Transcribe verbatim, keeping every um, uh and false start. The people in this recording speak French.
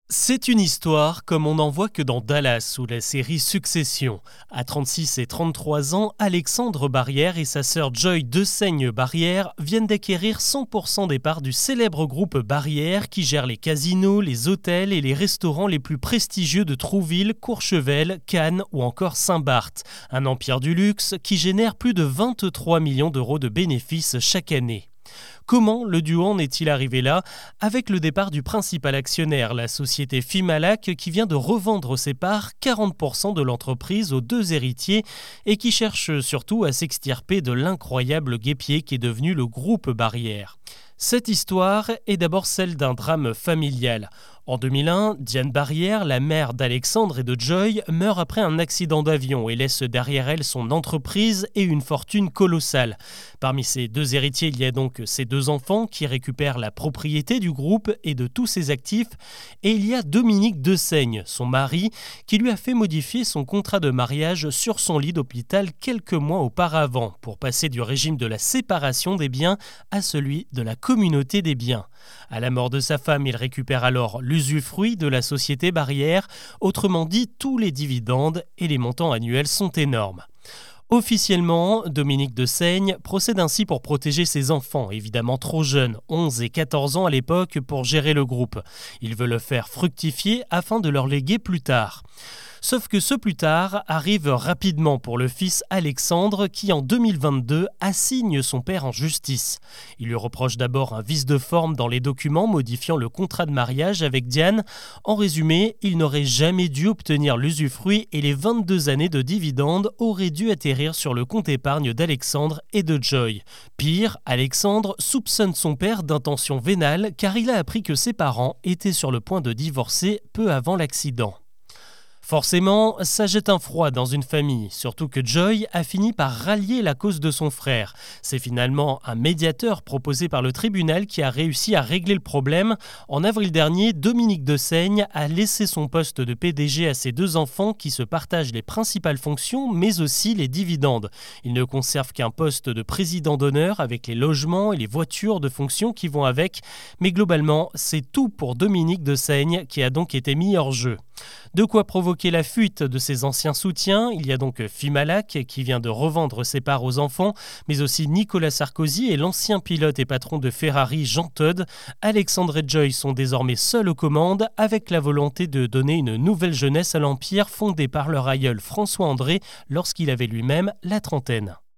C'est une histoire comme on n'en voit que dans Dallas ou la série Succession. À trente-six et trente-trois ans, Alexandre Barrière et sa sœur Joy Dessaigne-Barrière viennent d'acquérir cent pour cent des parts du célèbre groupe Barrière qui gère les casinos, les hôtels et les restaurants les plus prestigieux de Trouville, Courchevel, Cannes ou encore Saint-Barth. Un empire du luxe qui génère plus de vingt-trois millions d'euros de bénéfices chaque année. Comment le duo en est-il arrivé là? Avec le départ du principal actionnaire, la société Fimalac, qui vient de revendre ses parts, quarante pour cent de l'entreprise, aux deux héritiers et qui cherche surtout à s'extirper de l'incroyable guêpier qui est devenu le groupe Barrière. Cette histoire est d'abord celle d'un drame familial. En deux mille un, Diane Barrière, la mère d'Alexandre et de Joy, meurt après un accident d'avion et laisse derrière elle son entreprise et une fortune colossale. Parmi ses deux héritiers, il y a donc ses deux enfants qui récupèrent la propriété du groupe et de tous ses actifs. Et il y a Dominique Dessaigne, son mari, qui lui a fait modifier son contrat de mariage sur son lit d'hôpital quelques mois auparavant pour passer du régime de la séparation des biens à celui de la communauté des biens. À la mort de sa femme, il récupère alors l'usufruit de la société Barrière, autrement dit tous les dividendes, et les montants annuels sont énormes. Officiellement, Dominique Dessaigne procède ainsi pour protéger ses enfants, évidemment trop jeunes, onze et quatorze ans à l'époque, pour gérer le groupe. Il veut le faire fructifier afin de leur léguer plus tard. Sauf que ce plus tard arrive rapidement pour le fils Alexandre qui en deux mille vingt-deux assigne son père en justice. Il lui reproche d'abord un vice de forme dans les documents modifiant le contrat de mariage avec Diane. En résumé, il n'aurait jamais dû obtenir l'usufruit et les vingt-deux années de dividendes auraient dû atterrir sur le compte épargne d'Alexandre et de Joy. Pire, Alexandre soupçonne son père d'intention vénale car il a appris que ses parents étaient sur le point de divorcer peu avant l'accident. Forcément, ça jette un froid dans une famille, surtout que Joy a fini par rallier la cause de son frère. C'est finalement un médiateur proposé par le tribunal qui a réussi à régler le problème. En avril dernier, Dominique Dessaigne a laissé son poste de P D G à ses deux enfants qui se partagent les principales fonctions, mais aussi les dividendes. Il ne conserve qu'un poste de président d'honneur avec les logements et les voitures de fonction qui vont avec. Mais globalement, c'est tout pour Dominique Dessaigne qui a donc été mis hors jeu. De quoi provoquer la fuite de ses anciens soutiens. Il y a donc Fimalac qui vient de revendre ses parts aux enfants, mais aussi Nicolas Sarkozy et l'ancien pilote et patron de Ferrari Jean Todt. Alexandre et Joy sont désormais seuls aux commandes avec la volonté de donner une nouvelle jeunesse à l'Empire fondé par leur aïeul François André lorsqu'il avait lui-même la trentaine.